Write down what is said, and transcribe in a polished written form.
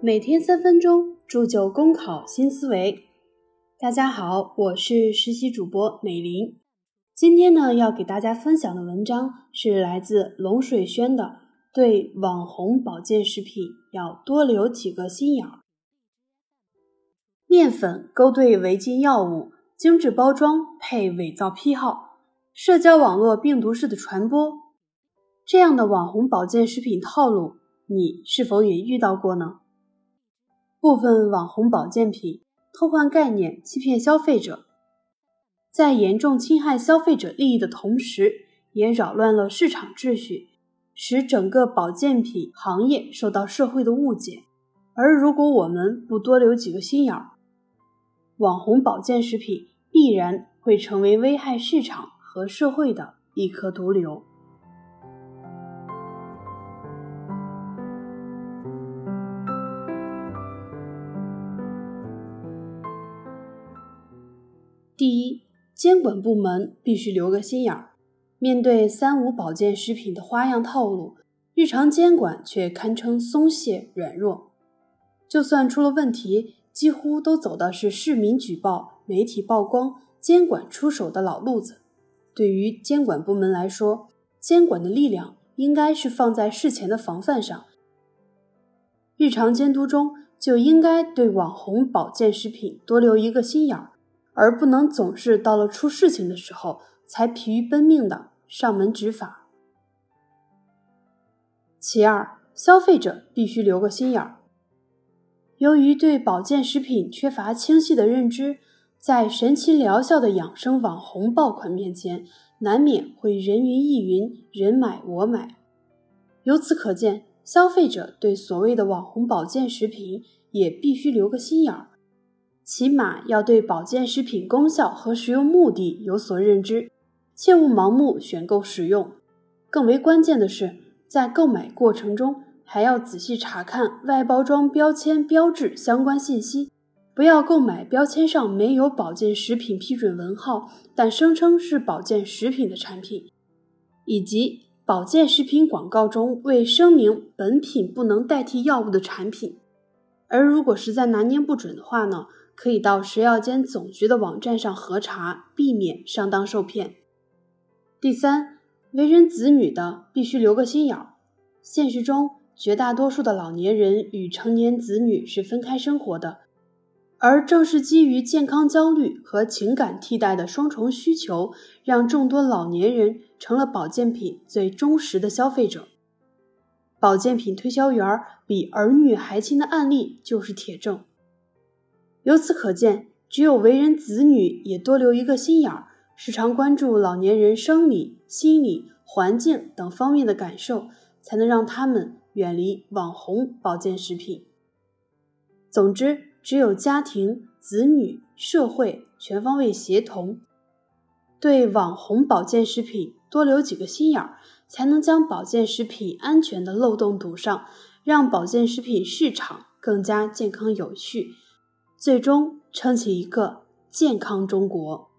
每天3分钟，铸就公考新思维。大家好，我是实习主播美玲。今天呢，要给大家分享的文章是来自龙水轩的对网红保健食品要多留几个心眼儿。面粉勾兑违禁药物，精致包装配伪造批号，社交网络病毒式的传播，这样的网红保健食品套路，你是否也遇到过呢？部分网红保健品偷换概念，欺骗消费者，在严重侵害消费者利益的同时，也扰乱了市场秩序，使整个保健品行业受到社会的误解。而如果我们不多留几个心眼儿，网红保健食品必然会成为危害市场和社会的一颗毒瘤。第一，监管部门必须留个心眼儿。面对3无保健食品的花样套路，日常监管却堪称松懈软弱。就算出了问题，几乎都走的是市民举报、媒体曝光、监管出手的老路子。对于监管部门来说，监管的力量应该是放在事前的防范上。日常监督中就应该对网红保健食品多留一个心眼儿，而不能总是到了出事情的时候才疲于奔命的上门执法。其二，消费者必须留个心眼儿。由于对保健食品缺乏清晰的认知，在神奇疗效的养生网红爆款面前，难免会人云亦云，人买我买。由此可见，消费者对所谓的网红保健食品也必须留个心眼儿，起码要对保健食品功效和使用目的有所认知，切勿盲目选购使用。更为关键的是，在购买过程中还要仔细查看外包装标签标志相关信息，不要购买标签上没有保健食品批准文号，但声称是保健食品的产品，以及保健食品广告中未声明本品不能代替药物的产品。而如果实在拿捏不准的话呢，可以到食药监总局的网站上核查，避免上当受骗。第三，为人子女的必须留个心眼儿。现实中，绝大多数的老年人与成年子女是分开生活的，而正是基于健康焦虑和情感替代的双重需求，让众多老年人成了保健品最忠实的消费者。保健品推销员比儿女还亲的案例就是铁证。由此可见，只有为人子女也多留一个心眼儿，时常关注老年人生理、心理、环境等方面的感受，才能让他们远离网红保健食品。总之，只有家庭、子女、社会全方位协同，对网红保健食品多留几个心眼儿，才能将保健食品安全的漏洞堵上，让保健食品市场更加健康有序，最终撑起一个健康中国。